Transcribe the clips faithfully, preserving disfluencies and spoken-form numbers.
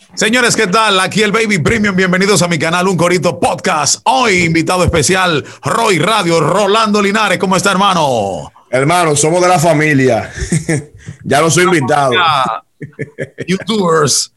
Señores, ¿qué tal? Aquí el Baby Premium. Bienvenidos a mi canal Un Corito Podcast. Hoy, invitado especial, Roy Radio, Rolando Linares. ¿Cómo está, hermano? Hermano, somos de la familia. Ya no soy invitado. YouTubers.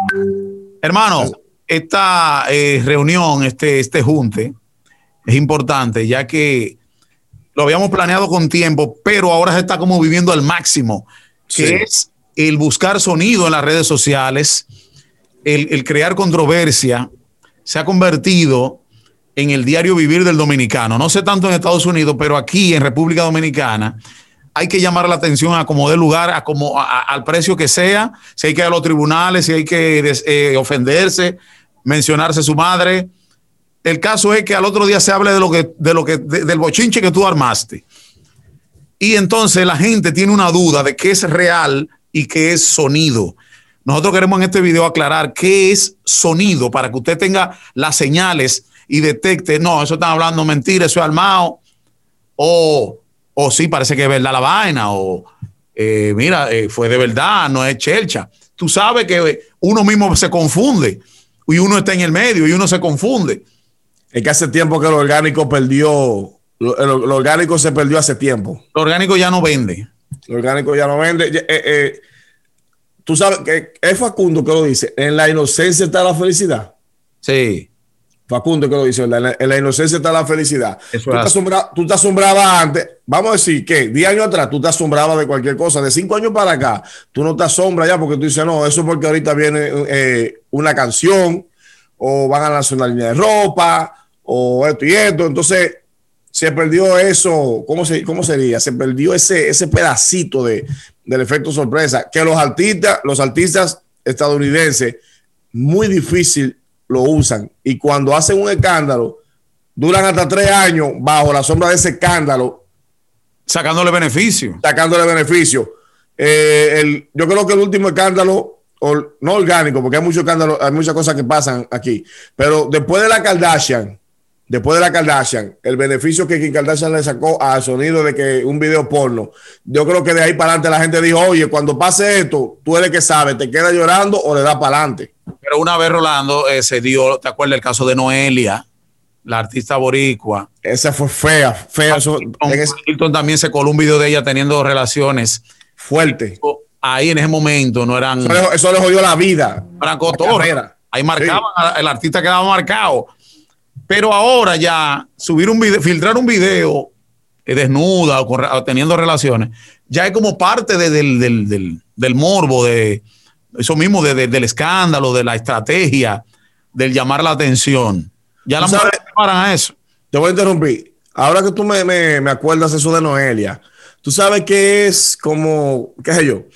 Hermano, esta eh, reunión, este, este junte, es importante, ya que lo habíamos planeado con tiempo, pero ahora se está como viviendo al máximo, que sí. es el buscar sonido en las redes sociales. El, el crear controversia se ha convertido en el diario vivir del dominicano. No sé tanto en Estados Unidos, pero aquí en República Dominicana hay que llamar la atención a como dé lugar, a como, a, a, al precio que sea, si hay que ir a los tribunales, si hay que des, eh, ofenderse, mencionarse su madre. El caso es que al otro día se hable de lo que, de lo que, de, del bochinche que tú armaste. Y entonces la gente tiene una duda de qué es real y qué es sonido. Nosotros queremos en este video aclarar qué es sonido para que usted tenga las señales y detecte, no, eso están hablando mentira, eso es armado, o, o sí, parece que es verdad la vaina, o eh, mira, eh, fue de verdad, no es chelcha. Tú sabes que uno mismo se confunde y uno está en el medio y uno se confunde. Es que hace tiempo que lo orgánico perdió, lo, lo, lo orgánico se perdió hace tiempo. Lo orgánico ya no vende. Lo orgánico ya no vende. Eh, eh, Tú sabes que es Facundo que lo dice, en la inocencia está la felicidad. Sí. Facundo que lo dice, en la, en la inocencia está la felicidad. Eso tú, te asombra, tú te asombrabas antes, vamos a decir que diez años atrás tú te asombrabas de cualquier cosa, de cinco años para acá, tú no te asombras ya porque tú dices, no, eso es porque ahorita viene eh, una canción, o van a lanzar una línea de ropa, o esto y esto. Entonces se perdió eso. ¿Cómo, se, cómo sería? Se perdió ese, ese pedacito de... del efecto sorpresa, que los artistas, los artistas estadounidenses muy difícil lo usan, y cuando hacen un escándalo duran hasta tres años bajo la sombra de ese escándalo, sacándole beneficio. Sacándole beneficio. Eh, el, yo creo que el último escándalo, o, no orgánico, porque hay muchos escándalos, hay muchas cosas que pasan aquí, pero después de la Kardashian, Después de la Kardashian, el beneficio que Kim Kardashian le sacó al sonido de que un video porno, yo creo que de ahí para adelante la gente dijo, oye, cuando pase esto, tú eres que sabes, ¿te quedas llorando o le das para adelante? Pero una vez, Rolando, eh, se dio, ¿te acuerdas el caso de Noelia, la artista boricua? Esa fue fea, fea. Eso, Hilton también se coló un video de ella teniendo relaciones fuertes. Ahí en ese momento no eran... Eso le, eso le jodió la vida. Eran cotorras. Ahí marcaban, sí. El artista quedaba marcado. Pero ahora ya subir un video, filtrar un video eh, desnuda o, con, o teniendo relaciones, ya es como parte de, del, del, del, del morbo, de eso mismo, de, de, del escándalo, de la estrategia, del llamar la atención. Ya las mujeres se paran a eso. Te voy a interrumpir. Ahora que tú me, me, me acuerdas eso de Noelia, tú sabes que es como, qué sé yo,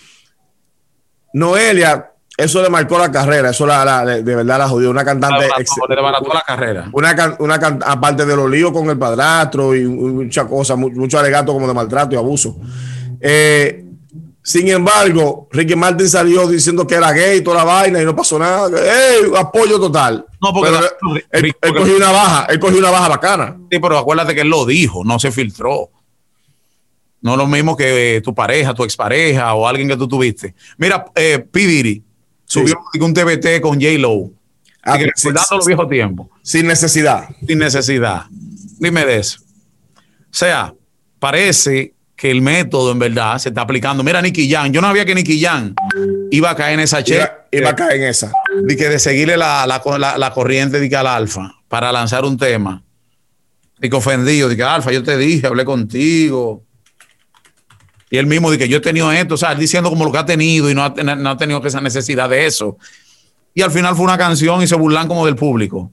Noelia... Eso le marcó la carrera, eso la, la, de, de verdad la jodió. Una cantante. Le barató la carrera. Una, una, aparte de los líos con el padrastro y muchas cosas, mucho, mucho alegato como de maltrato y abuso. Eh, sin embargo, Ricky Martin salió diciendo que era gay y toda la vaina y no pasó nada. ¡Ey! Apoyo total. No, porque, pero, no, él, él, él cogió una baja, él cogió una baja bacana. Sí, pero acuérdate que él lo dijo, no se filtró. No lo mismo que eh, tu pareja, tu expareja o alguien que tú tuviste. Mira, eh, P. Diddy subió sí. un T B T con J-Lo. Ah, recordando los viejos tiempos. Sin necesidad. Sin necesidad. Dime de eso. O sea, parece que el método en verdad se está aplicando. Mira, Nicky Jam. Yo no sabía que Nicky Jam iba a caer en esa che. Iba, iba a caer en esa. De, que de seguirle la, la, la, la corriente de que al Alfa para lanzar un tema. Y que ofendido. De que Alfa, yo te dije, hablé contigo. Y él mismo dice que yo he tenido esto, o sea, él diciendo como lo que ha tenido y no ha, no ha tenido esa necesidad de eso. Y al final fue una canción y se burlan como del público.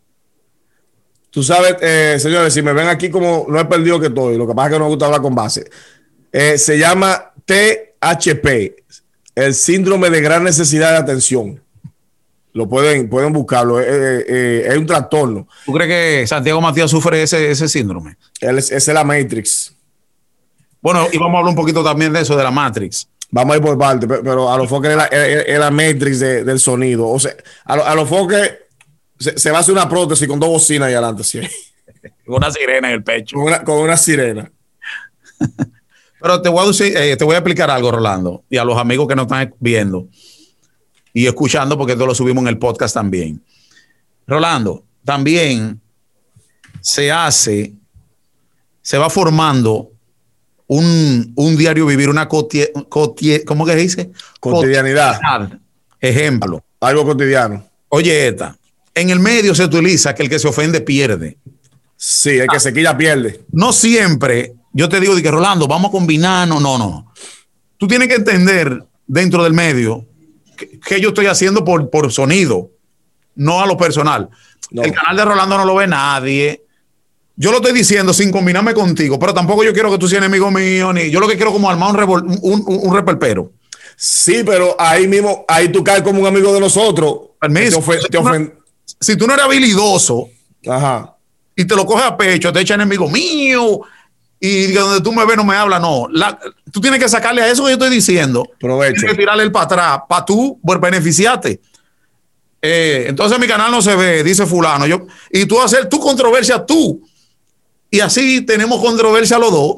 Tú sabes, eh, señores, si me ven aquí como no he perdido que estoy, lo que pasa es que no me gusta hablar con base. Eh, se llama T H P, el síndrome de gran necesidad de atención. Lo pueden, pueden buscarlo, eh, eh, es un trastorno. ¿Tú crees que Santiago Matías sufre ese, ese síndrome? Él es, es la Matrix. Bueno, y vamos a hablar un poquito también de eso, de la Matrix. Vamos a ir por parte, pero a los foques es la, es la Matrix de, del sonido. O sea, a, lo, a los foques se, se va a hacer una prótesis con dos bocinas ahí adelante. ¿Sí? Con una sirena en el pecho. Con una, con una sirena. Pero te voy, a decir, eh, te voy a explicar algo, Rolando, y a los amigos que nos están viendo. y escuchando, porque esto lo subimos en el podcast también. Rolando, también se hace, se va formando un, un diario vivir, una cotie, cotie, ¿cómo que se dice? Cotidianidad. Cotidianidad. Ejemplo. Algo cotidiano. Oye, esta, en el medio se utiliza que el que se ofende pierde. Sí, el que ah, se quilla pierde. No siempre, yo te digo de que Rolando, vamos a combinar, no, no, no. Tú tienes que entender dentro del medio que, que yo estoy haciendo por, por sonido, no a lo personal. No. El canal de Rolando no lo ve nadie. Yo lo estoy diciendo sin combinarme contigo, pero tampoco yo quiero que tú seas enemigo mío, ni yo lo que quiero como armar un, revol, un, un, un repelpero. Sí, pero ahí mismo, ahí tú caes como un amigo de nosotros. Permiso. Te si, te tú no, si tú no eres habilidoso, ajá, y te lo coges a pecho, te echa enemigo mío, y donde tú me ves no me habla, no. La, tú tienes que sacarle a eso que yo estoy diciendo. Provecho. Tienes que tirarle el para atrás, para tú por beneficiarte. Eh, entonces mi canal no se ve, dice fulano. Yo, y tú hacer tu controversia tú. Y así tenemos controversia los dos.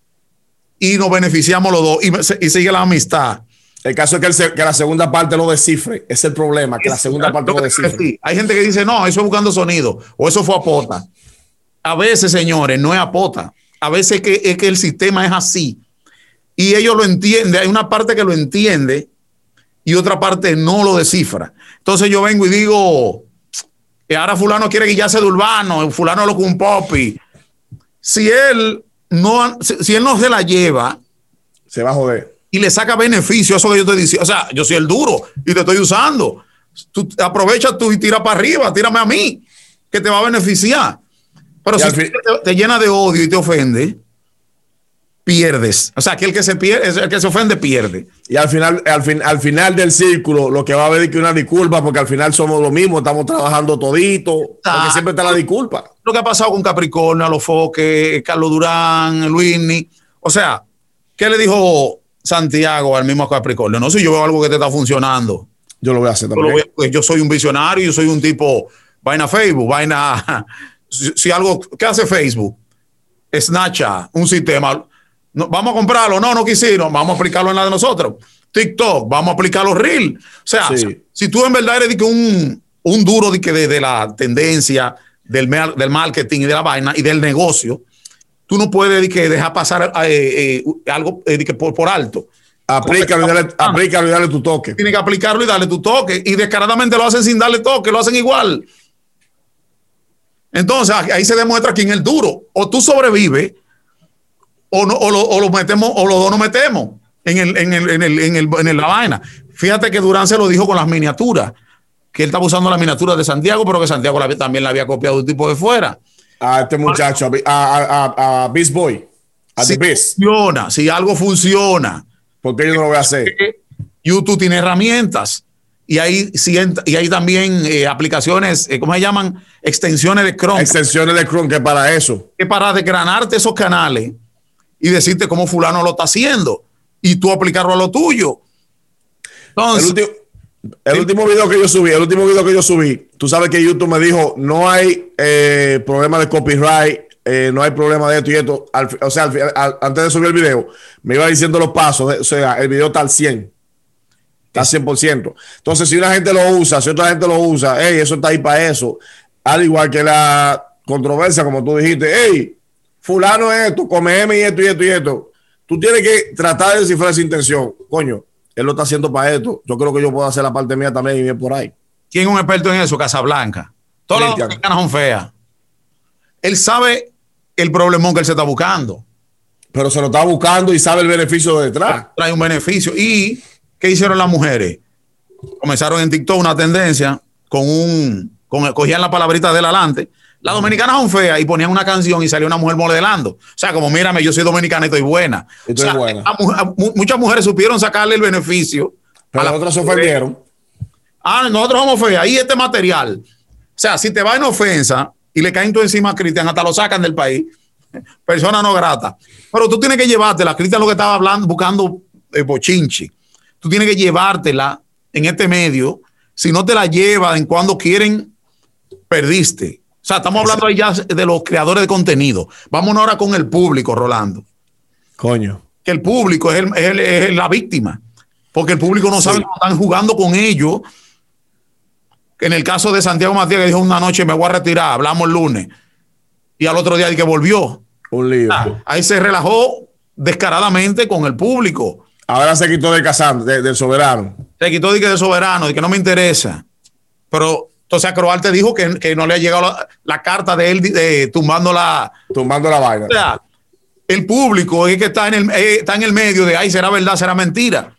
Y nos beneficiamos los dos. Y, y sigue la amistad. El caso es que, el, que la segunda parte lo descifre. Es el problema, que es, la segunda parte lo descifre. Sí. Hay gente que dice, no, eso es buscando sonido. O eso fue a pota. A veces, señores, no es a pota. A veces es que, es que el sistema es así. Y ellos lo entienden. Hay una parte que lo entiende y otra parte no lo descifra. Entonces yo vengo y digo, que ahora fulano quiere guillarse de Urbano, fulano lo con un popi. Si él no, si, si él no se la lleva, se va a joder. Y le saca beneficio a eso que yo estoy diciendo. O sea, yo soy el duro y te estoy usando. Tú aprovecha tú y tira para arriba, tírame a mí, que te va a beneficiar. Pero y si te, te llena de odio y te ofende, pierdes. O sea, que el que se pierde, el que se ofende pierde. Y al final, al, fin, al final del círculo, lo que va a haber es que una disculpa, porque al final somos lo mismo, estamos trabajando todito, ah, porque siempre está la disculpa. Lo que ha pasado con Capricornio, Alofoque, Carlos Durán, Luisni. O sea, ¿qué le dijo Santiago al mismo Capricornio? No, si yo veo algo que te está funcionando, yo lo voy a hacer también. Yo, voy a, yo soy un visionario, yo soy un tipo, vaina Facebook, vaina, si, si algo, ¿qué hace Facebook? Snapchat, un sistema. No, vamos a comprarlo, no, no quisieron, vamos a aplicarlo en la de nosotros. TikTok, vamos a aplicar los Reels. O sea, sí. si, si tú en verdad eres de un, un duro de, de, de la tendencia, del, del marketing y de la vaina y del negocio, tú no puedes de que dejar pasar eh, eh, algo eh, de que por, por alto. Aplícalo y, dale, ah, aplícalo y dale tu toque. Tienes que aplicarlo y darle tu toque. Y descaradamente lo hacen sin darle toque, lo hacen igual. Entonces ahí se demuestra quién es el duro. O tú sobrevives, o, no, o, lo, o lo metemos, o los dos nos metemos en, el, en, el, en, el, en, el, en el, la vaina. Fíjate que Durán se lo dijo con las miniaturas, que él estaba usando las miniaturas de Santiago, pero que Santiago la, también la había copiado de un tipo de fuera. A este muchacho, a, a, a, a Beast Boy, a si The Beast. Funciona, si algo funciona. ¿Por qué yo no lo voy a hacer? YouTube tiene herramientas y hay, y hay también eh, aplicaciones, eh, ¿cómo se llaman? Extensiones de Chrome. Extensiones de Chrome, que para eso. Que para desgranarte esos canales y decirte cómo fulano lo está haciendo y tú aplicarlo a lo tuyo. Entonces, el último, el último video que yo subí, el último video que yo subí, tú sabes que YouTube me dijo, no hay eh, problema de copyright, eh, no hay problema de esto y esto. Al, o sea, al, al, antes de subir el video, me iba diciendo los pasos. O sea, el video está al cien. Está al cien por ciento. Entonces, si una gente lo usa, si otra gente lo usa, hey, eso está ahí para eso. Al igual que la controversia, como tú dijiste, hey, fulano es esto, come M y esto y esto y esto. Tú tienes que tratar de descifrar esa intención. Coño, él lo está haciendo para esto. Yo creo que yo puedo hacer la parte mía también y bien por ahí. ¿Quién es un experto en eso? Casablanca. Todas las dominicanas son feas. Él sabe el problemón que él se está buscando. Pero se lo está buscando y sabe el beneficio de detrás. Trae un beneficio. ¿Y qué hicieron las mujeres? Comenzaron en TikTok una tendencia con un... Con, cogían la palabrita del adelante. Las dominicanas son feas y ponían una canción y salió una mujer modelando. O sea, como mírame, yo soy dominicana y estoy buena. Estoy o sea, buena. A, a, muchas mujeres supieron sacarle el beneficio. Pero las otras se ofendieron. Ah, nosotros somos feas. Y este material. O sea, si te va en ofensa y le caen tú encima a Cristian, hasta lo sacan del país. Persona no grata. Pero tú tienes que llevártela. Cristian lo que estaba hablando, buscando eh, bochinche. Tú tienes que llevártela en este medio. Si no te la llevas en cuando quieren, perdiste. O sea, estamos hablando ahí ya de los creadores de contenido. Vámonos ahora con el público, Rolando. Coño. Que el público es, el, es, el, es la víctima. porque el público no sabe sí. cómo están jugando con ellos. En el caso de Santiago Matías, que dijo una noche me voy a retirar, hablamos el lunes, y al otro día que volvió. Un lío. Ah, ahí se relajó descaradamente con el público. Ahora se quitó de Casandro, de, del Soberano. Se quitó de que de Soberano, de que no me interesa. Pero entonces Acroarte dijo que, que no le ha llegado la, la carta de él de, de, tumbando la tumbando la vaina. O sea, el público es que está en el, eh, está en el medio de, ay, será verdad, será mentira.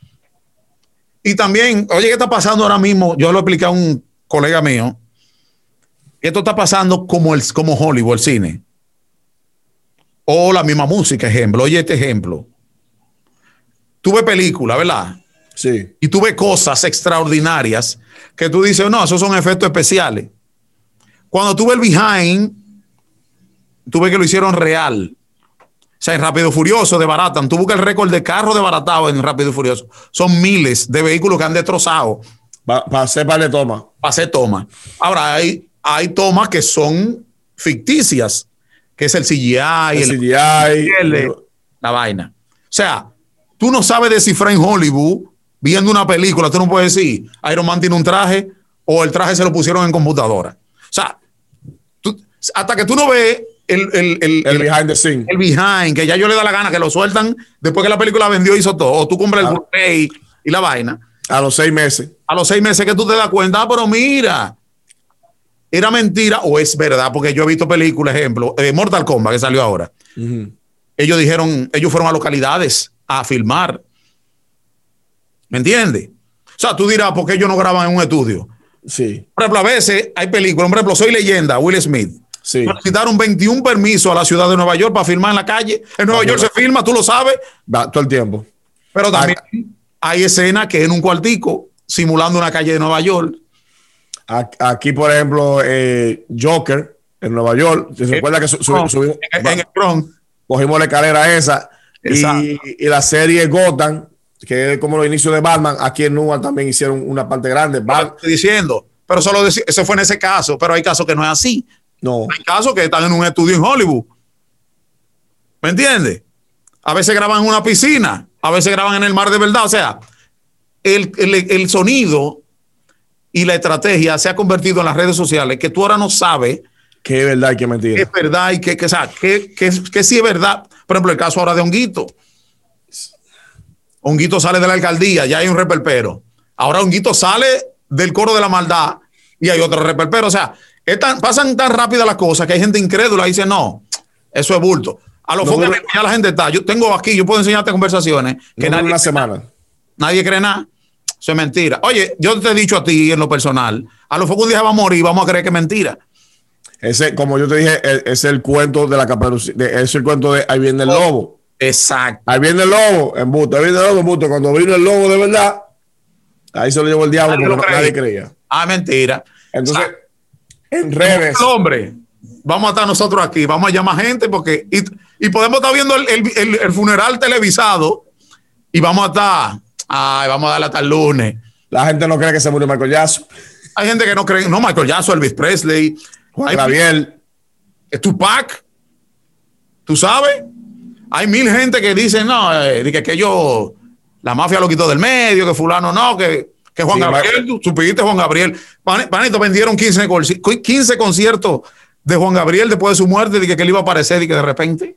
Y también, oye, ¿qué está pasando ahora mismo? Yo lo expliqué a un colega mío. Esto está pasando como, el, como Hollywood, el cine. O la misma música, ejemplo. Oye, este ejemplo. Tuve película, ¿verdad? Sí. Y tuve cosas extraordinarias que tú dices, no, esos son efectos especiales. Cuando tuve el behind, tuve que lo hicieron real. O sea, en Rápido y Furioso desbaratan. Tú buscas el récord de carro desbaratado en Rápido y Furioso. Son miles de vehículos que han destrozado. Para pa hacer par de tomas. Para hacer tomas. Ahora, hay, hay tomas que son ficticias, que es el C G I. El, el C G I. El, la vaina. O sea, tú no sabes descifrar en Hollywood, viendo una película, tú no puedes decir, Iron Man tiene un traje o el traje se lo pusieron en computadora. O sea, tú, hasta que tú no ves el, el, el, el behind the scene. El behind, que ya yo le da la gana que lo sueltan después que la película vendió, hizo todo. O tú compras ah. el Blu-ray y la vaina. A los seis meses. A los seis meses que tú te das cuenta, ah, pero mira, era mentira o es verdad, porque yo he visto películas, ejemplo, eh, Mortal Kombat que salió ahora. Uh-huh. Ellos dijeron, ellos fueron a localidades a filmar. ¿Me entiendes? O sea, tú dirás, ¿por qué ellos no graban en un estudio? Sí. Por ejemplo, a veces hay películas, por ejemplo, Soy Leyenda, Will Smith. Sí. Necesitaron veintiún permisos a la ciudad de Nueva York para filmar en la calle. En Nueva York se filma, tú lo sabes. Va todo el tiempo. Pero también ah. hay escenas que en un cuartico, simulando una calle de Nueva York. Aquí, por ejemplo, eh, Joker, en Nueva York. ¿Se recuerda que su, su, subimos? En, en el Bronx. Cogimos la escalera esa. Y, y la serie Gotham, que es como los inicios de Batman, aquí en Nueva también hicieron una parte grande. Batman, estoy diciendo, pero solo dec- eso fue en ese caso, pero hay casos que no es así. No. Hay casos que están en un estudio en Hollywood. ¿Me entiendes? A veces graban en una piscina, a veces graban en el mar de verdad. O sea, el, el, el sonido y la estrategia se ha convertido en las redes sociales, que tú ahora no sabes qué es verdad y qué mentira. Qué es verdad y qué, que, o sea, que, que, que sí es verdad. Por ejemplo, el caso ahora de Honguito. Honguito sale de la alcaldía, ya hay un reperpero. Ahora Honguito sale del coro de la maldad y hay otro reperpero. O sea, es tan, pasan tan rápidas las cosas que hay gente incrédula y dice, no, eso es bulto. A lo mejor no, ya la gente está. Yo tengo aquí, yo puedo enseñarte conversaciones que no nadie una semana. Nada, nadie cree nada. Eso es mentira. Oye, yo te he dicho a ti en lo personal, a lo mejor un día va a morir y vamos a creer que es mentira. Ese, como yo te dije, es el cuento de la caperucita, es el cuento de ahí viene el lobo. Exacto. Ahí viene el lobo, en busto, ahí viene el lobo, en busto. Cuando vino el lobo de verdad, ahí se lo llevó el diablo porque no, nadie creía. Ah, mentira. Entonces, exacto. En redes. Hombre, vamos a estar nosotros aquí, vamos a llamar gente porque y, y podemos estar viendo el, el, el, el funeral televisado y vamos a estar, ay, vamos a darle hasta el lunes. La gente no cree que se murió Michael Jackson. Hay gente que no cree, no, Michael Jackson, Elvis Presley, Juan Gabriel, Tupac, tú sabes. Hay mil gente que dicen, no, eh, que, que yo, la mafia lo quitó del medio, que fulano no, que, que Juan sí, Gabriel, tú supiste Juan Gabriel. Pan, Panito, vendieron quince, quince conciertos de Juan Gabriel después de su muerte, de que, que él iba a aparecer y que de repente.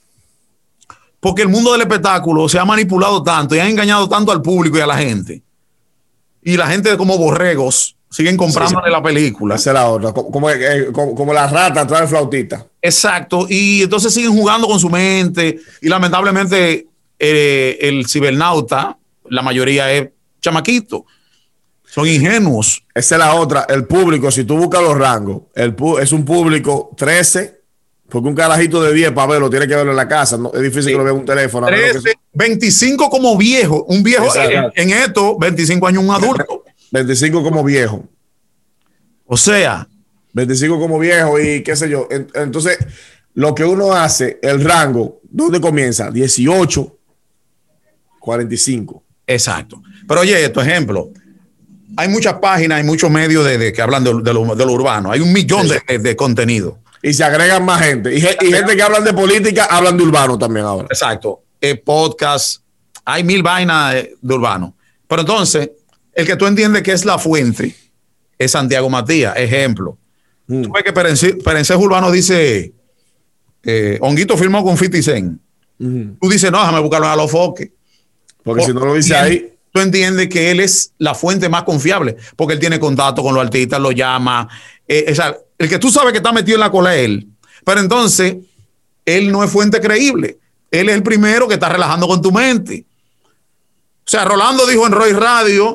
Porque el mundo del espectáculo se ha manipulado tanto y ha engañado tanto al público y a la gente. Y la gente como borregos siguen comprándole sí, sí. la película. Esa es la otra. Como, como, como, como la rata trae flautita. Exacto. Y entonces siguen jugando con su mente. Y lamentablemente eh, el cibernauta, la mayoría es chamaquito. Son ingenuos. Esa es la otra. El público, si tú buscas los rangos, el es un público trece, porque un carajito de diez para verlo tiene que verlo en la casa. No, es difícil sí. que lo vea en un teléfono. trece, que... veinticinco como viejo. Un viejo en, en esto, veinticinco años un adulto. veinticinco como viejo. O sea. veinticinco como viejo y qué sé yo. Entonces, lo que uno hace, el rango, ¿dónde comienza? dieciocho, cuarenta y cinco. Exacto. Pero oye, tu ejemplo. Hay muchas páginas, hay muchos medios de, de que hablan de, de, lo, de lo urbano. Hay un millón sí. de, de contenido. Y se agregan más gente. Y, y gente que hablan de política, hablan de urbano también ahora. Exacto. Eh, podcast. Hay mil vainas de, de urbano. Pero entonces, el que tú entiendes que es la fuente es Santiago Matías, ejemplo. Mm. Tú ves que Perencés Urbano dice, eh, Honguito firmó con fifty Cent. Mm. Tú dices, no, déjame buscarlo a los foques. Porque o, si no lo dice ahí. Tú entiendes que él es la fuente más confiable, porque él tiene contacto con los artistas, lo llama. Eh, o sea, el que tú sabes que está metido en la cola es él. Pero entonces, él no es fuente creíble. Él es el primero que está relajando con tu mente. O sea, Rolando dijo en Roy Radio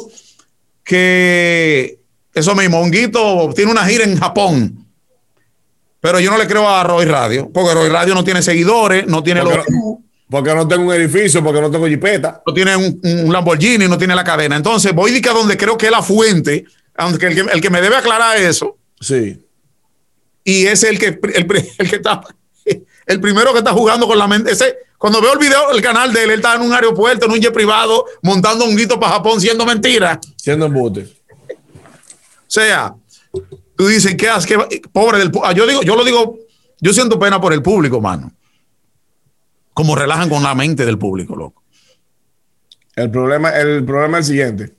que eso mismo, Honguito tiene una gira en Japón. Pero yo no le creo a Roy Radio, porque Roy Radio no tiene seguidores, no tiene porque los... No, porque no tengo un edificio, porque no tengo jipeta. No tiene un, un Lamborghini, no tiene la cadena. Entonces voy a ir a donde creo que es la fuente, aunque el que, el que me debe aclarar eso. Sí. Y es el que, el, el que está, el primero que está jugando con la mente. Ese, cuando veo el video, el canal de él, él está en un aeropuerto, en un jet privado, montando un guito para Japón, siendo mentira. Siendo embuste. O sea, tú dices, ¿qué haces? Pobre del público. Yo digo, yo lo digo, yo siento pena por el público, mano. Como relajan con la mente del público, loco. El problema, el problema es el siguiente.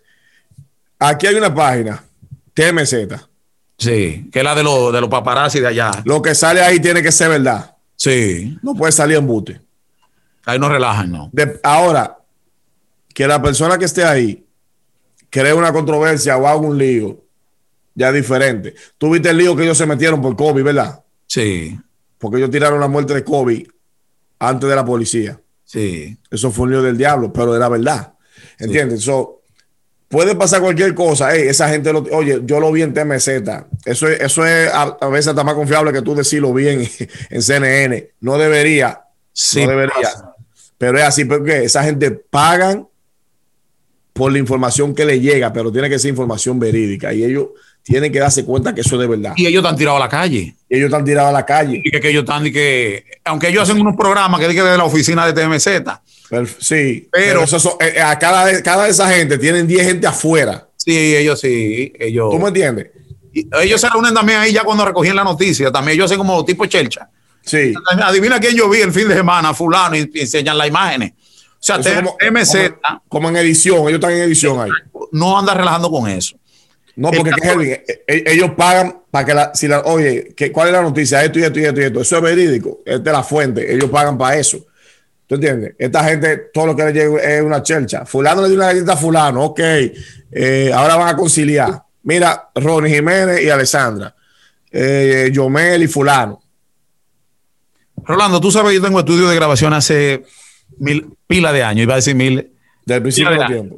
Aquí hay una página, T M Z. Sí, que es la de los de los paparazzi de allá. Lo que sale ahí tiene que ser verdad. Sí. No puede salir embute. Ahí no relajan, no. De, ahora, que la persona que esté ahí cree una controversia o haga un lío, ya es diferente. Tú viste el lío que ellos se metieron por COVID, ¿verdad? Sí. Porque ellos tiraron la muerte de COVID antes de la policía. Sí. Eso fue un lío del diablo, pero era verdad. ¿Entiendes? Sí. So, puede pasar cualquier cosa. Hey, esa gente, lo, oye, yo lo vi en T M Z. Eso es, eso es a, a veces hasta más confiable que tú decirlo bien en, en C N N. No debería. Sí, no debería. Pasa. Pero es así porque esa gente pagan por la información que le llega, pero tiene que ser información verídica. Y ellos tienen que darse cuenta que eso es de verdad. Y ellos están tirados a la calle. Y ellos están tirados a la calle. Y que, que ellos están, y que, aunque ellos hacen unos programas que dicen de la oficina de T M Z. Pero, sí, pero, pero eso son, eh, a cada, cada de esa gente tienen diez gente afuera. Sí, ellos sí. Ellos, ¿tú me entiendes? Y ellos se reúnen también ahí ya cuando recogían la noticia. También ellos hacen como tipo chelcha. Sí. Adivina quién yo vi el fin de semana, fulano, y, y enseñan las imágenes. O sea, T M Z. Como, como en edición, ellos están en edición ahí. No anda relajando con eso. No, porque Kevin, ellos pagan para que la, si la, oye, ¿qué, ¿cuál es la noticia? Esto y esto y esto y esto. Eso es verídico, es de la fuente. Ellos pagan para eso. ¿Tú entiendes? Esta gente, todo lo que le llega es una chelcha. Fulano le dio una galleta a fulano. Ok, eh, ahora van a conciliar. Mira, Ronnie Jiménez y Alessandra. Eh, Yomel y fulano. Rolando, tú sabes que yo tengo estudio de grabación hace mil, pila de años. Iba a decir mil. Del principio del tiempo.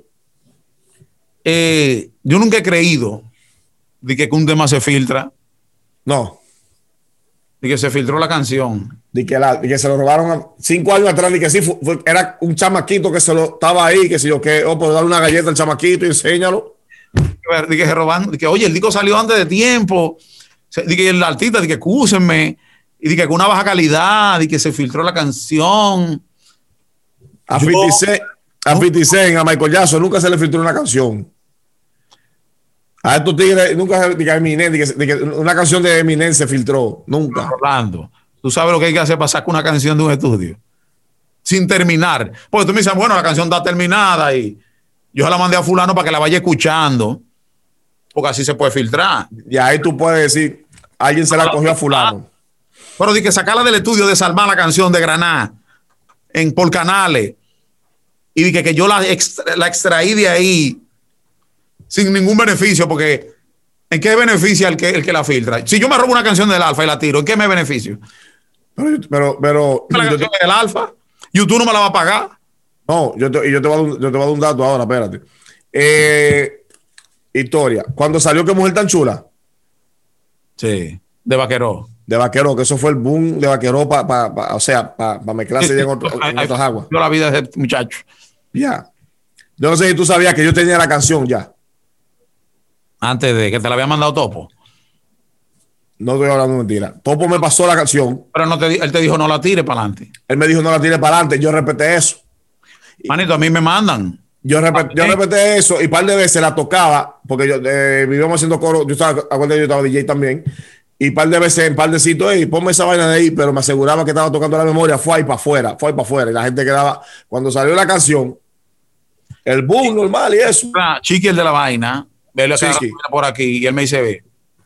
Eh, yo nunca he creído de que un tema se filtra. No. De que se filtró la canción. De que, la, de que se lo robaron a, cinco años atrás. De que sí, fue, fue, era un chamaquito que se lo estaba ahí. Que si yo, que, oh, pues darle una galleta al chamaquito y enséñalo. De que se roban. De que, oye, el disco salió antes de tiempo. De que el artista, de que excúsenme. Y de que con una baja calidad. De que se filtró la canción. A cincuenta Cent, a Michael Jackson nunca se le filtró una canción. A estos tigres nunca de que Eminem, de que, de que una canción de Eminem se filtró. Nunca. Rolando, tú sabes lo que hay que hacer para sacar una canción de un estudio sin terminar. Porque tú me dices, bueno, la canción está terminada y yo se la mandé a fulano para que la vaya escuchando. Porque así se puede filtrar. Y ahí tú puedes decir, alguien se la cogió a fulano. Pero de que sacarla del estudio, desarmar la canción de Granada en por canales. Y que, que yo la, extra, la extraí de ahí sin ningún beneficio, porque ¿en qué beneficia el que, el que la filtra? Si yo me robo una canción del Alfa y la tiro, ¿en qué me beneficio? Pero, pero, pero la canción te, del Alfa, YouTube no me la va a pagar. No, yo te, yo te, voy, a, yo te voy a dar un dato ahora, espérate. Eh, historia. Cuando salió Que Mujer Tan Chula. Sí, de Vaqueró. De Vaqueró, que eso fue el boom de Vaqueró, pa, pa, pa, o sea, para pa mezclarse en, otro, en otras aguas. Yo la vida de ese muchacho. Ya. Yo no sé si tú sabías que yo tenía la canción ya. Antes de que te la había mandado Topo. No estoy hablando de mentira. Topo me pasó la canción. Pero no te, él te dijo no la tire para adelante. Él me dijo no la tire para adelante. Yo respeté eso. Manito, a mí me mandan. Yo, repet, yo respeté eso y un par de veces la tocaba porque yo eh, vivíamos haciendo coro. Yo estaba, acuérdate, yo estaba D J también. Y un par de veces en par de sitios, hey, ponme esa vaina de ahí, pero me aseguraba que estaba tocando la memoria. Fue ahí para afuera, fue ahí para afuera. Y la gente quedaba. Cuando salió la canción, El boom normal y eso. Chiqui, el de la vaina, vele acá por aquí, y él me dice, ve,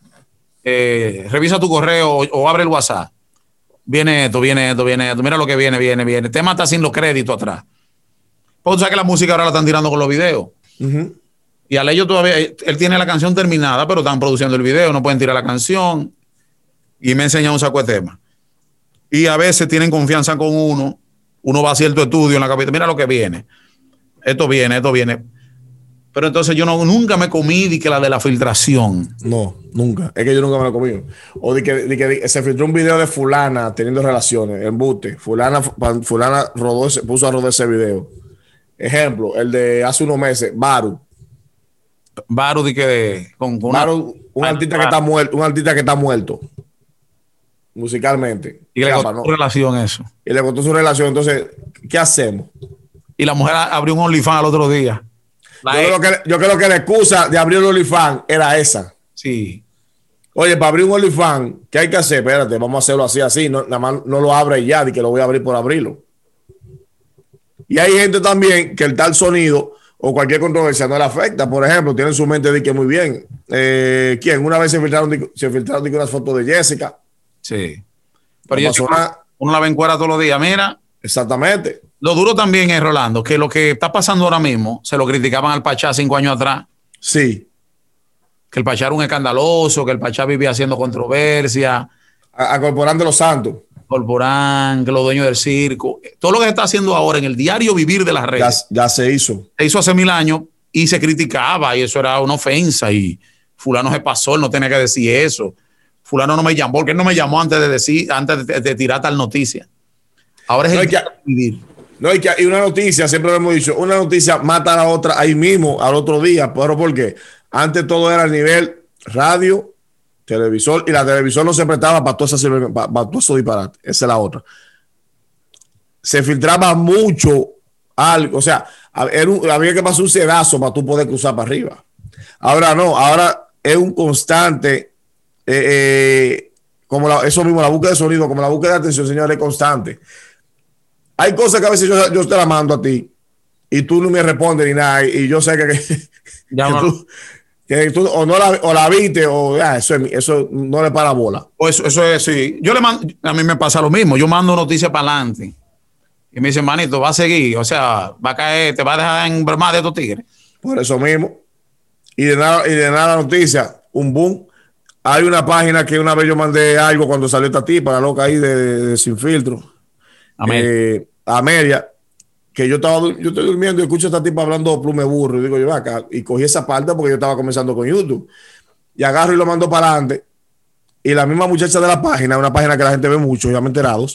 eh, revisa tu correo o, o abre el WhatsApp. Viene esto, viene esto, viene esto. Mira lo que viene, viene, viene. Te mata sin los créditos atrás. Porque tú sabes que la música ahora la están tirando con los videos. Uh-huh. Y a ellos todavía, él tiene la canción terminada, pero están produciendo el video, no pueden tirar la canción. Y me enseña un saco de temas. Y a veces tienen confianza con uno. Uno va a cierto estudio en la capital. Mira lo que viene. Esto viene, esto viene. Pero entonces yo no, nunca me comí de que la de la filtración. No, nunca. Es que yo nunca me la comí. O de que, de que se filtró un video de fulana teniendo relaciones, embuste. Fulana, fulana rodó ese, puso a rodar ese video. Ejemplo, el de hace unos meses, Baru. Baru de que de, con, con Baru, una, un artista Baru. que está muerto, un artista que está muerto musicalmente. Y le contó ¿no? su relación eso. Y le contó su relación. Entonces, ¿qué hacemos? Y la mujer abrió un OnlyFans al otro día. Yo creo, que, yo creo que la excusa de abrir el OnlyFans era esa. Sí. Oye, para abrir un OnlyFans, ¿qué hay que hacer? Espérate, vamos a hacerlo así, así. No, nada más no lo abre ya, de que lo voy a abrir por abrirlo. Y hay gente también que el tal sonido o cualquier controversia no le afecta. Por ejemplo, tiene en su mente de que muy bien. Eh, ¿Quién? Una vez se filtraron, se filtraron unas fotos de Jessica. Sí. Pero Jessica, uno la ve en cuera todos los días, mira. Exactamente. Lo duro también es, Rolando, que lo que está pasando ahora mismo, se lo criticaban al Pachá cinco años atrás. Sí. Que el Pachá era un escandaloso, que el Pachá vivía haciendo controversia. A, a Corporán de los Santos. Corporán, que los dueños del circo. Todo lo que se está haciendo ahora en el diario vivir de las redes. Ya, ya se hizo. Se hizo hace mil años y se criticaba y eso era una ofensa y fulano se pasó, él no tenía que decir eso. Fulano no me llamó, porque él no me llamó antes de decir, antes de, de tirar tal noticia. Ahora es no el que vivir. No, hay que, y una noticia, siempre lo hemos dicho, una noticia mata a la otra ahí mismo, al otro día. ¿Pero por qué? Antes todo era a nivel radio, televisor, y la televisor no se prestaba para todo eso, para, para todo eso disparate. Esa es la otra. Se filtraba mucho algo, o sea, era un, había que pasar un sedazo para tú poder cruzar para arriba. Ahora no, ahora es un constante, eh, eh, como la, eso mismo, la búsqueda de sonido, como la búsqueda de atención, señores, es constante. Hay cosas que a veces yo, yo te la mando a ti y tú no me respondes ni nada. Y yo sé que, que, que, tú, que tú o no la, o la viste o ah, eso, eso no le para bola. O eso, eso es, sí. Yo le mando, a mí me pasa lo mismo. Yo mando noticias para adelante y me dicen, manito, va a seguir. O sea, va a caer, te va a dejar en broma de estos tigres. Por eso mismo. Y de nada, y de nada la noticia, un boom. Hay una página que una vez yo mandé algo cuando salió esta tipa, la loca ahí de, de, de Sin Filtro. Eh, a media, que yo estaba yo estoy durmiendo y escucho a esta tipa hablando plume burro y digo yo acá y cogí esa parte porque yo estaba comenzando con YouTube y agarro y lo mando para adelante y la misma muchacha de la página, una página que la gente ve mucho, ya me enterados,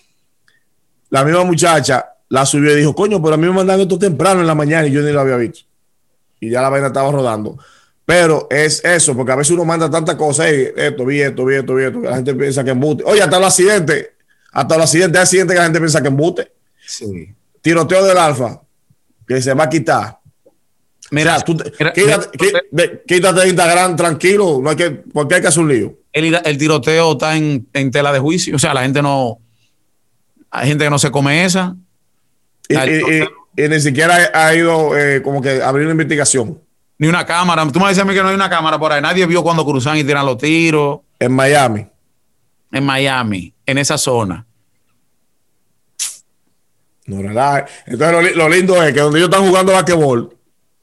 la misma muchacha la subió y dijo, coño, pero a mí me mandan esto temprano en la mañana y yo ni lo había visto y ya la vaina estaba rodando. Pero es eso, porque a veces uno manda tantas cosas, hey, esto, vi esto, vi esto, vi esto, que la gente piensa que embute. Oye, hasta los accidentes Hasta los accidentes, accidentes que la gente piensa que embute. Sí. Tiroteo del Alfa, que se va a quitar. Mira, o sea, tú, mira, quítate, mira, quítate, quítate de Instagram tranquilo, no hay que, porque hay que hacer un lío. El, el tiroteo está en, en tela de juicio, o sea, la gente no, hay gente que no se come esa. Y, y, y, y ni siquiera ha ido eh, como que a abrir una investigación. Ni una cámara. Tú me dices a mí que no hay una cámara por ahí. Nadie vio cuando cruzan y tiran los tiros. En Miami. En Miami, en esa zona. No, relaja. Entonces lo, lo lindo es que donde ellos están jugando basquetbol,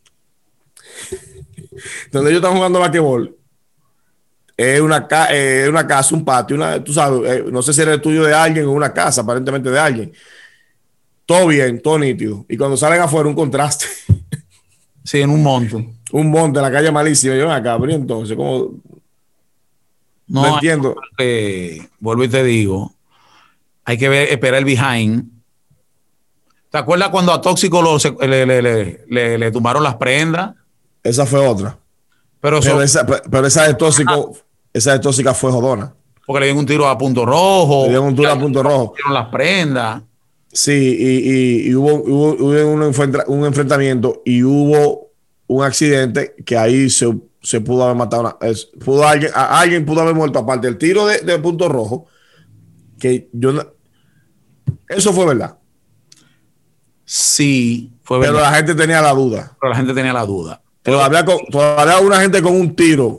donde ellos están jugando basquetbol, es una, eh, una casa, un patio, una, tú sabes, eh, no sé si era el estudio de alguien o una casa, aparentemente de alguien. Todo bien, todo nítido. Y cuando salen afuera, un contraste. Sí, en un monte. Un monte en la calle malísima. Yo acá, pero entonces, ¿cómo? No, no entiendo. Que, vuelvo y te digo, hay que ver, esperar el behind. ¿Te acuerdas cuando a Tóxico lo, le, le, le, le, le tumbaron las prendas? Esa fue otra. Pero, pero, so, esa, pero esa de Tóxico, ah, esa de Tóxica fue jodona. Porque le dieron un tiro a Punto Rojo. Le dieron un tiro a Punto Rojo. Le dieron las prendas. Sí, y, y, y hubo, hubo, hubo un, enfrenta, un enfrentamiento y hubo un accidente que ahí se, se pudo haber matado. Una, es, pudo alguien, a, alguien pudo haber muerto, aparte del tiro de, de Punto Rojo. Que yo. Eso fue verdad. Sí, Fue pero verdad. la gente tenía la duda. Pero la gente tenía la duda. Todavía, con, todavía una gente con un tiro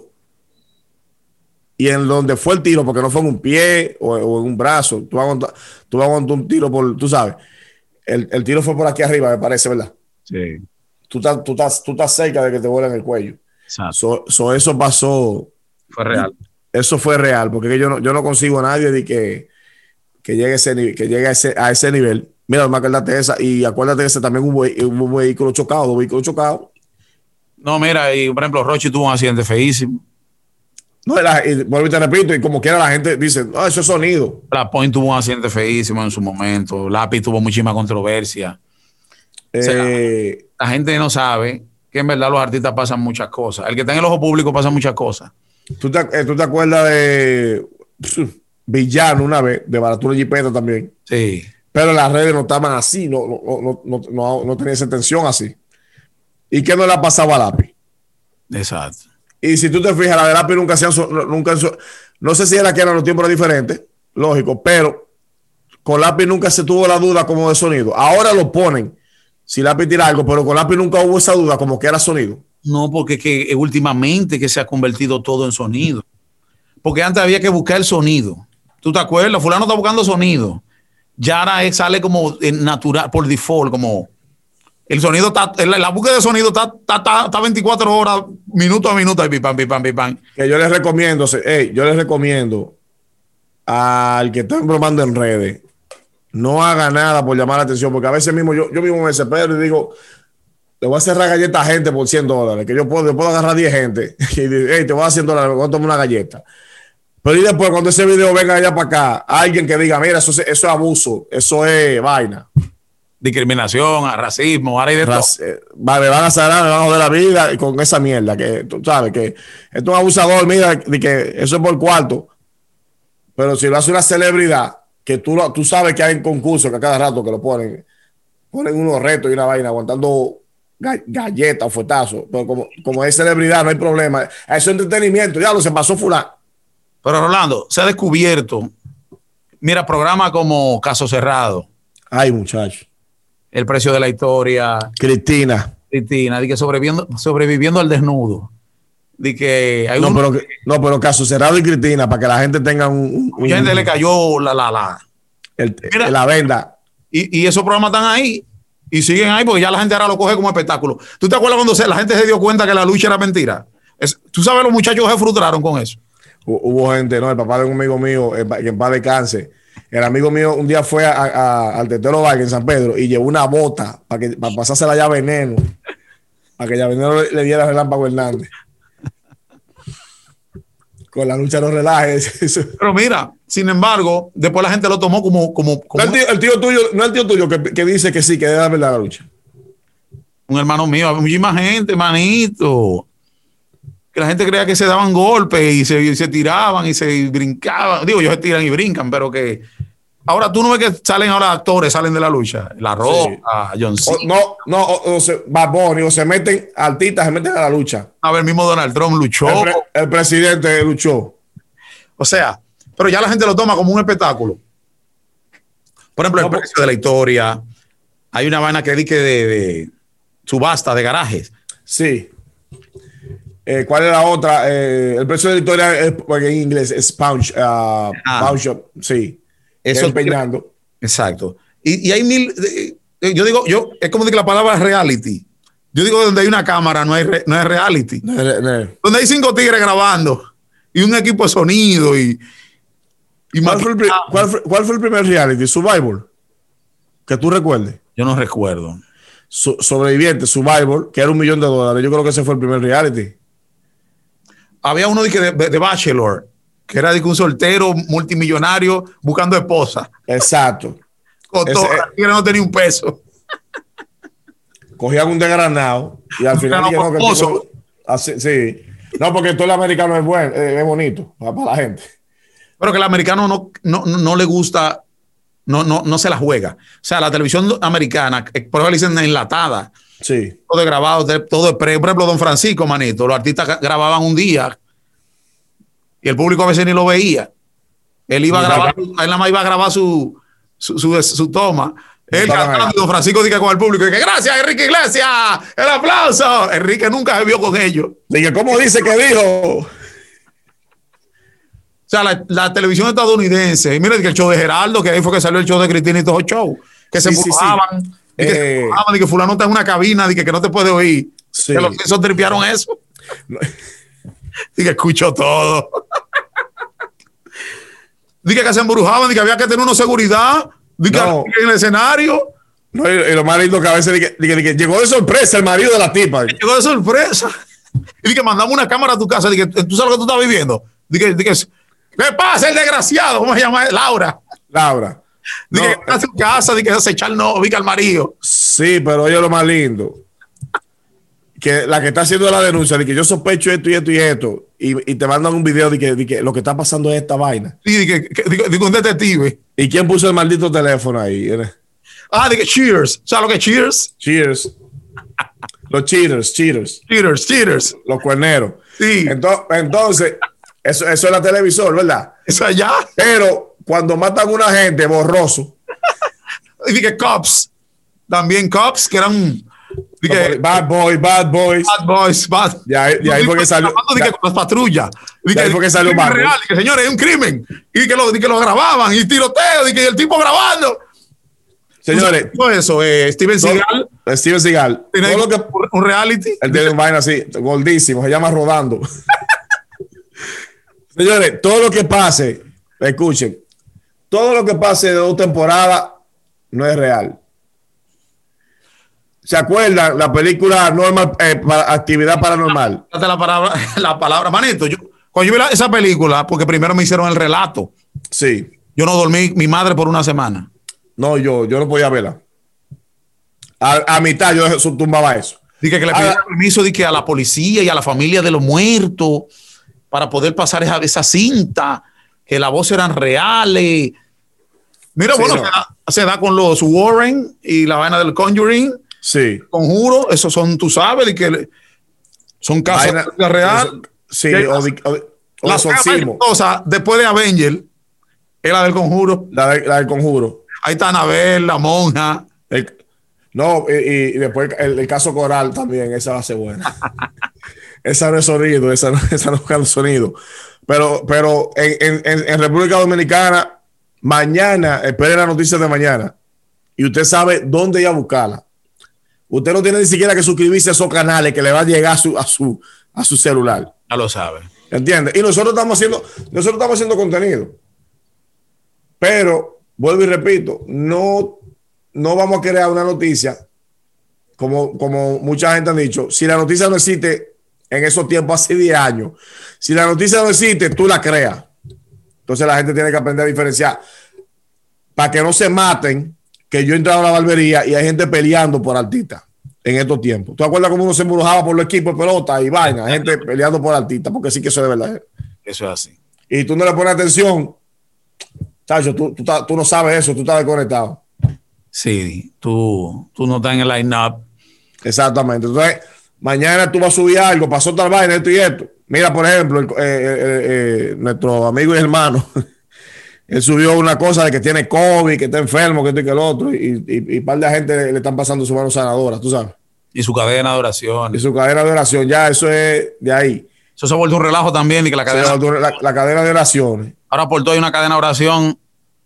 y en donde fue el tiro, porque no fue en un pie o, o en un brazo, tú vas a aguantar, tú vas a aguantar un tiro por, tú sabes, el, el tiro fue por aquí arriba, me parece, ¿verdad? Sí. Tú estás, tú estás, tú estás cerca de que te vuelen el cuello. So, so eso pasó. Fue real. Eso fue real, porque yo no, yo no consigo a nadie de que, que llegue, ese, que llegue a, ese, a ese nivel. Mira, me acuérdate de esa, y acuérdate que ese también hubo, hubo un vehículo chocado, dos vehículos chocados. No, mira, y por ejemplo, Rochi tuvo un accidente feísimo. No, la, y, vuelvo y te repito, y como quiera la gente dice, no, eso es sonido. La Point tuvo un accidente feísimo en su momento. Lápiz tuvo muchísima controversia. Eh, o sea, la gente no sabe que en verdad los artistas pasan muchas cosas. El que está en el ojo público pasa muchas cosas. ¿Tú te, eh, ¿tú te acuerdas de pff, Villano una vez, de Baratura Jipeta también? Sí. Pero las redes no estaban así, no, no, no, no, no, no tenía esa tensión así. ¿Y qué no le ha pasado a Lápiz? Exacto. Y si tú te fijas, la de Lápiz nunca se han, nunca, no sé si era que eran los tiempos diferentes, lógico, pero con Lápiz nunca se tuvo la duda como de sonido. Ahora lo ponen, si Lápiz tira algo, pero con Lápiz nunca hubo esa duda como que era sonido. No, porque que, que últimamente que se ha convertido todo en sonido. Porque antes había que buscar el sonido. ¿Tú te acuerdas? Fulano está buscando sonido. Ya ahora sale como natural, por default, como el sonido está, la, la búsqueda de sonido está, está, está, está veinticuatro horas, minuto a minuto, y pipam, pipam, pipam. Que yo les recomiendo, hey, yo les recomiendo al que está bromando en redes, no haga nada por llamar la atención, porque a veces mismo yo, yo mismo me desespero y digo, le voy a cerrar galletas a gente por cien dólares, que yo puedo, yo puedo agarrar diez gente y decir, hey, te voy a dar cien dólares, me voy a tomar una galleta. Pero y después, cuando ese video venga allá para acá, alguien que diga, mira, eso, eso es abuso, eso es vaina. Discriminación, racismo, ahora hay de Rac todo. Eh, me van a cerrar, me van a joder la vida con esa mierda, que tú sabes que esto es un abusador, mira, de que eso es por cuarto. Pero si lo hace una celebridad, que tú, lo, tú sabes que hay concursos que a cada rato que lo ponen, ponen unos retos y una vaina aguantando galletas o fuetazos, pero como, como es celebridad no hay problema, eso es entretenimiento, ya lo se pasó fulano. Pero Rolando, se ha descubierto, mira, programas como Caso Cerrado. Ay, muchacho. El Precio de la Historia. Cristina. Cristina, de que sobreviviendo, sobreviviendo al desnudo. De que hay no, un, pero, no, pero Caso Cerrado y Cristina, para que la gente tenga un... un mucha gente le cayó la, la, la, el, mira, la venda. Y, y esos programas están ahí. Y siguen ahí porque ya la gente ahora lo coge como espectáculo. ¿Tú te acuerdas cuando se, la gente se dio cuenta que la lucha era mentira? Es, ¿Tú sabes los muchachos se frustraron con eso? Hubo gente, no, el papá de un amigo mío, que en paz descanse, el amigo mío un día fue a, a, al Tetero Vargas en San Pedro y llevó una bota para que para pasársela ya a Veneno, para que ya Veneno le, le diera Relámpago Hernández. Con la lucha no relajes. Pero mira, sin embargo, después la gente lo tomó como... como, como no, el tío, el tío tuyo, no el tío tuyo que, que dice que sí, que debe haber la lucha. Un hermano mío, había muchísima gente, manito. Que la gente creía que se daban golpes y se, y se tiraban y se brincaban. Digo, ellos se tiran y brincan, pero que ahora tú no ves que salen ahora actores, salen de la lucha. La Roca, sí. John Cena. O, no, no, o, o se, Bad Bunny, o se meten, artistas se meten a la lucha. A ver, mismo Donald Trump luchó. El, pre, el presidente luchó. O sea, pero ya la gente lo toma como un espectáculo. Por ejemplo, no, el precio de la historia. Hay una vaina que dice de, de subasta de garajes. Sí. Eh, ¿Cuál es la otra? Eh, el precio de la historia es porque en inglés es pound, uh, ah, pound shop. Sí. Eso empeñando. Exacto. Y, y hay mil. Eh, yo digo, yo, es como que la palabra reality. Yo digo, donde hay una cámara no hay, re, no hay reality. No, no. Donde hay cinco tigres grabando y un equipo de sonido. y, y ¿Cuál, fue el, ¿cuál, fue, ¿Cuál fue el primer reality? Survivor. Que tú recuerdes. Yo no recuerdo. So, sobreviviente, Survivor, que era un millón de dólares. Yo creo que ese fue el primer reality. Había uno de, de, de Bachelor, que era de un soltero multimillonario buscando esposa. Exacto. Con todo, ese, no tenía un peso. Cogían un desgranado y al final no, que tipo, así, sí. No, porque todo el americano es bueno, es bonito para, para la gente. Pero que el americano no, no, no le gusta, no, no, no se la juega. O sea, la televisión americana, por ejemplo, le dicen enlatada. Sí. Todo de grabado, todo de pre. Por ejemplo, Don Francisco, manito, los artistas grababan un día y el público a veces ni lo veía. Él iba a grabar, él nada más iba a grabar su, su, su, su toma Él cantando, don Francisco dice con el público, que gracias, Enrique Iglesias, el aplauso. Enrique nunca se vio con ellos. Dije, ¿cómo dice que dijo? O sea, la, la televisión estadounidense, y mira que el show de Geraldo, que ahí fue que salió el show de Cristina y todo el show, que sí, se empujaban, sí, sí. Y que, eh, se empujaban, y que fulano está en una cabina, y que, que no te puede oír. Sí. Que los esos tripearon eso. No. Y que escuchó todo. Dije que se embrujaban, y que había que tener una seguridad. Dije no. que en el escenario. No, y, y lo más lindo que a veces dije, dije, dije, llegó de sorpresa el marido de la tipa. Llegó de sorpresa. Y dije, mandamos una cámara a tu casa. Dije, ¿tú sabes lo que tú estás viviendo? Dije, dije, ¿qué pasa, el desgraciado? ¿Cómo se llama? Laura. Laura. Dije, no, a su casa, dije, se echa el no, dije al marido. Sí, pero oye lo más lindo. Que la que está haciendo la denuncia de que yo sospecho esto y esto y esto, y, y te mandan un video de que, de que lo que está pasando es esta vaina. Sí, de que, de, de un detective. ¿Y quién puso el maldito teléfono ahí? Ah, de que Cheers. ¿Sabes lo que es Cheers? Cheers. Los cheaters, cheaters. Cheaters, cheaters. Los cuerneros. Sí. Entonces, entonces eso, eso es la televisor, ¿verdad? Eso allá. Pero cuando matan a una gente, borroso. Y dije Cops. También Cops, que eran... Dije, bad boys, bad boys. Bad boys, bad. Y ahí, y ahí fue que salió. Dije, con las patrullas. Dije, ahí fue que salió mal. Real, dije, señores, es un crimen. Y que lo, que lo grababan y tiroteo. Y que el tipo grabando. Señores. Todo eso, eh, Steven Seagal. Steven Seagal. Tiene lo que, un reality. Él tiene un vaina así, gordísimo. Se llama Rodando. Señores, todo lo que pase, escuchen. Todo lo que pase de dos temporadas no es real. ¿Se acuerdan la película normal, eh, para, Actividad Paranormal? La palabra, la palabra, manito, yo, cuando yo vi la, esa película, porque primero me hicieron el relato. Sí. Yo no dormí, mi madre por una semana. No, yo, yo no podía verla. A, a mitad yo tumbaba eso. Dije que le pedí permiso de que a la policía y a la familia de los muertos para poder pasar esa, esa cinta, que las voces eran reales. Mira, sí, bueno, no. se, da, se da con los Warren y la vaina del Conjuring. Sí. Conjuro, esos son, tú sabes, y que son casos de la real. Sí, o de, o de, o las cosas después de Avenger, es la del Conjuro. La, de, la del Conjuro. Ahí está Anabel, la monja. El, no, y, y después el, el caso Coral también, esa va a ser buena. Esa no es sonido, esa no, esa no es sonido. Pero, pero en, en, en República Dominicana, mañana, espere la noticia de mañana, y usted sabe dónde ir a buscarla. Usted no tiene ni siquiera que suscribirse a esos canales que le va a llegar a su, a su, a su celular. Ya lo sabe. ¿Entiende? Y nosotros estamos haciendo, nosotros estamos haciendo contenido. Pero, vuelvo y repito, no, no vamos a crear una noticia, como, como mucha gente ha dicho, si la noticia no existe en esos tiempos, hace diez años, si la noticia no existe, tú la creas. Entonces la gente tiene que aprender a diferenciar. Para que no se maten, que yo he entrado a la barbería y hay gente peleando por artistas en estos tiempos. ¿Tú te acuerdas cómo uno se embrujaba por los equipos de pelota y vaina? Gente peleando por artistas, porque sí que eso es de verdad. Eso es así. Y tú no le pones atención, Tacho, tú, tú, tú no sabes eso, tú estás desconectado. Sí, tú, tú no estás en el line-up. Exactamente. Entonces, mañana tú vas a subir algo, pasó tal vaina, esto y esto. Mira, por ejemplo, el, eh, eh, eh, nuestro amigo y hermano, él subió una cosa de que tiene COVID, que está enfermo, que esto y que el otro, y, y, y un par de gente le, le están pasando su mano sanadora, tú sabes. Y su cadena de oración. Y su cadena de oración, ya eso es de ahí. Eso se ha vuelto un relajo también. Y que la, cadena, la, la cadena de oraciones. Ahora por todo hay una cadena de oración.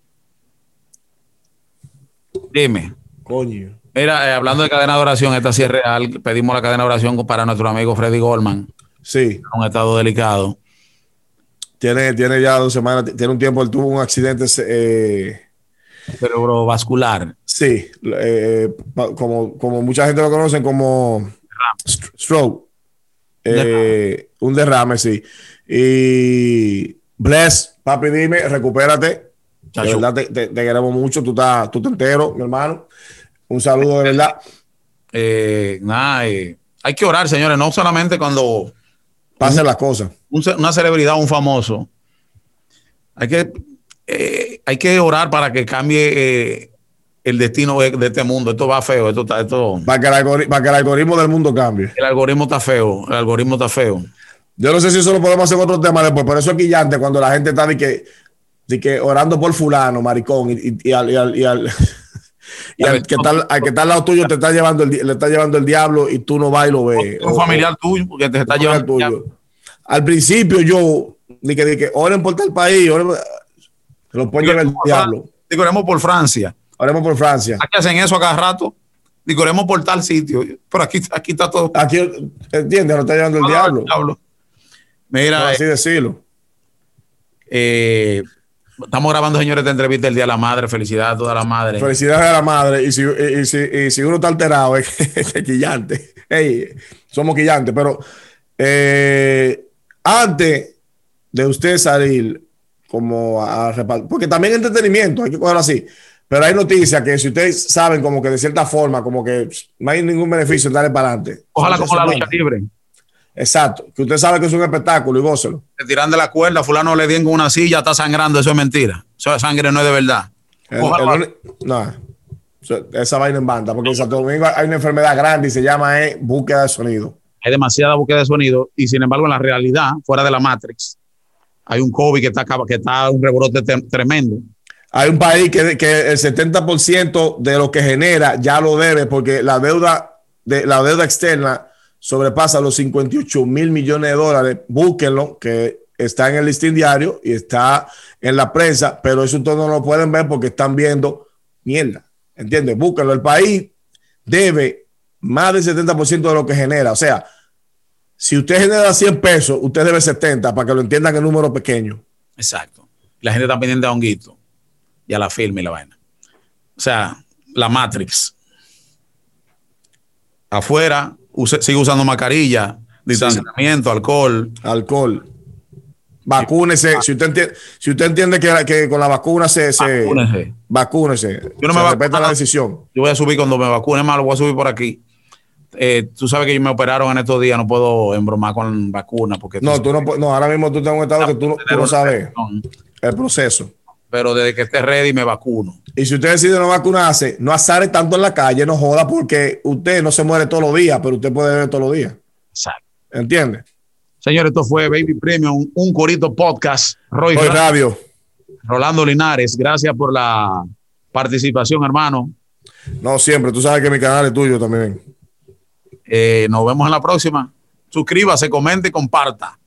Dime. Coño. Mira, eh, hablando de cadena de oración, esta sí es real. Pedimos la cadena de oración para nuestro amigo Freddy Goldman. Sí. Un estado delicado. Tiene, tiene ya dos semanas, tiene un tiempo, él tuvo un accidente eh, cerebrovascular. Sí, eh, como, como mucha gente lo conoce como derrame. Stroke. Eh, derrame. Un derrame, sí. Y Bless, papi, dime, recupérate. Chacho. De verdad te, te, te queremos mucho, tú, estás, tú te entero, mi hermano. Un saludo de verdad. Eh, nada, eh, hay que orar, señores, no solamente cuando pasen las cosas. Un, una celebridad, un famoso. Hay que, eh, hay que orar para que cambie eh, el destino de este mundo. Esto va feo. Esto está, esto... Para, que el algoritmo, para que el algoritmo del mundo cambie. El algoritmo está feo. El algoritmo está feo. Yo no sé si eso lo podemos hacer en otro tema después, pero eso es quillante cuando la gente está de que, de que orando por fulano, maricón, y, y, y, al, y, al, y, al, Y al que, está, al que está al lado tuyo te está llevando el, le está llevando el diablo y tú no vas y lo ves. Un familiar tuyo porque te está llevando tuyo. Al principio yo dije, dije, oren por tal país, oren, se lo puede llevar el diablo. Digo, oremos por Francia. Oremos por Francia. Aquí hacen eso a cada rato. Digo, oremos por tal sitio. Pero aquí, aquí está todo. Aquí, ¿entiendes? Lo está llevando el ah, diablo. diablo. Mira. Por así eh, decirlo. Eh, estamos grabando, señores, esta entrevista el Día de la Madre. Felicidades a toda la madre. Felicidades a la madre. Y si, y, y si, y si uno está alterado, es, es quillante. Hey, somos quillantes. Pero eh, antes de usted salir como a repartir, porque también entretenimiento, hay que cogerlo así. Pero hay noticias que si ustedes saben como que de cierta forma, como que no hay ningún beneficio en darle para adelante. Ojalá como la lucha libre. Exacto. Que usted sabe que es un espectáculo y gócelo. Te tiran de la cuerda, fulano le dieron con una silla, está sangrando, eso es mentira. Eso de sangre no es de verdad. El, el, no, esa vaina en banda, porque en Santo Domingo hay una enfermedad grande y se llama eh, búsqueda de sonido. Hay demasiada búsqueda de sonido y sin embargo en la realidad, fuera de la Matrix, hay un COVID que está, que está un rebrote tremendo. Hay un país que, que el setenta por ciento de lo que genera ya lo debe porque la deuda, de, la deuda externa sobrepasa los cincuenta y ocho mil millones de dólares. Búsquenlo, que está en el listín diario y está en la prensa, pero eso ustedes no lo pueden ver porque están viendo mierda. ¿Entiendes? Búsquenlo. El país debe más del setenta por ciento de lo que genera. O sea, si usted genera cien pesos, usted debe setenta para que lo entiendan en número pequeño. Exacto. La gente está pendiente a honguito y a la firma y la vaina. O sea, la Matrix. Afuera, use, sigue usando mascarilla, distanciamiento, sí. alcohol. Alcohol. Vacúnese. Sí. Si usted entiende, si usted entiende que, que con la vacuna se... se vacúnese. Vacúnese. Yo no se me respeta la decisión. Yo voy a subir cuando me vacune, más lo voy a subir por aquí. Eh, tú sabes que me operaron en estos días, no puedo embromar con vacuna. Porque no, tú, tú no, no, ahora mismo tú estás en un estado no, que tú no, tú no sabes el proceso. Pero desde que esté ready me vacuno. Y si usted decide no vacunarse, no azare tanto en la calle, no joda, porque usted no se muere todos los días, pero usted puede beber todos los días. Exacto. ¿Entiende? Señor, esto fue Baby Premium, un corito podcast. Roy, Roy Radio. Rolando Linares, gracias por la participación, hermano. No, siempre. Tú sabes que mi canal es tuyo también. Eh, nos vemos en la próxima. Suscríbase, comente y comparta.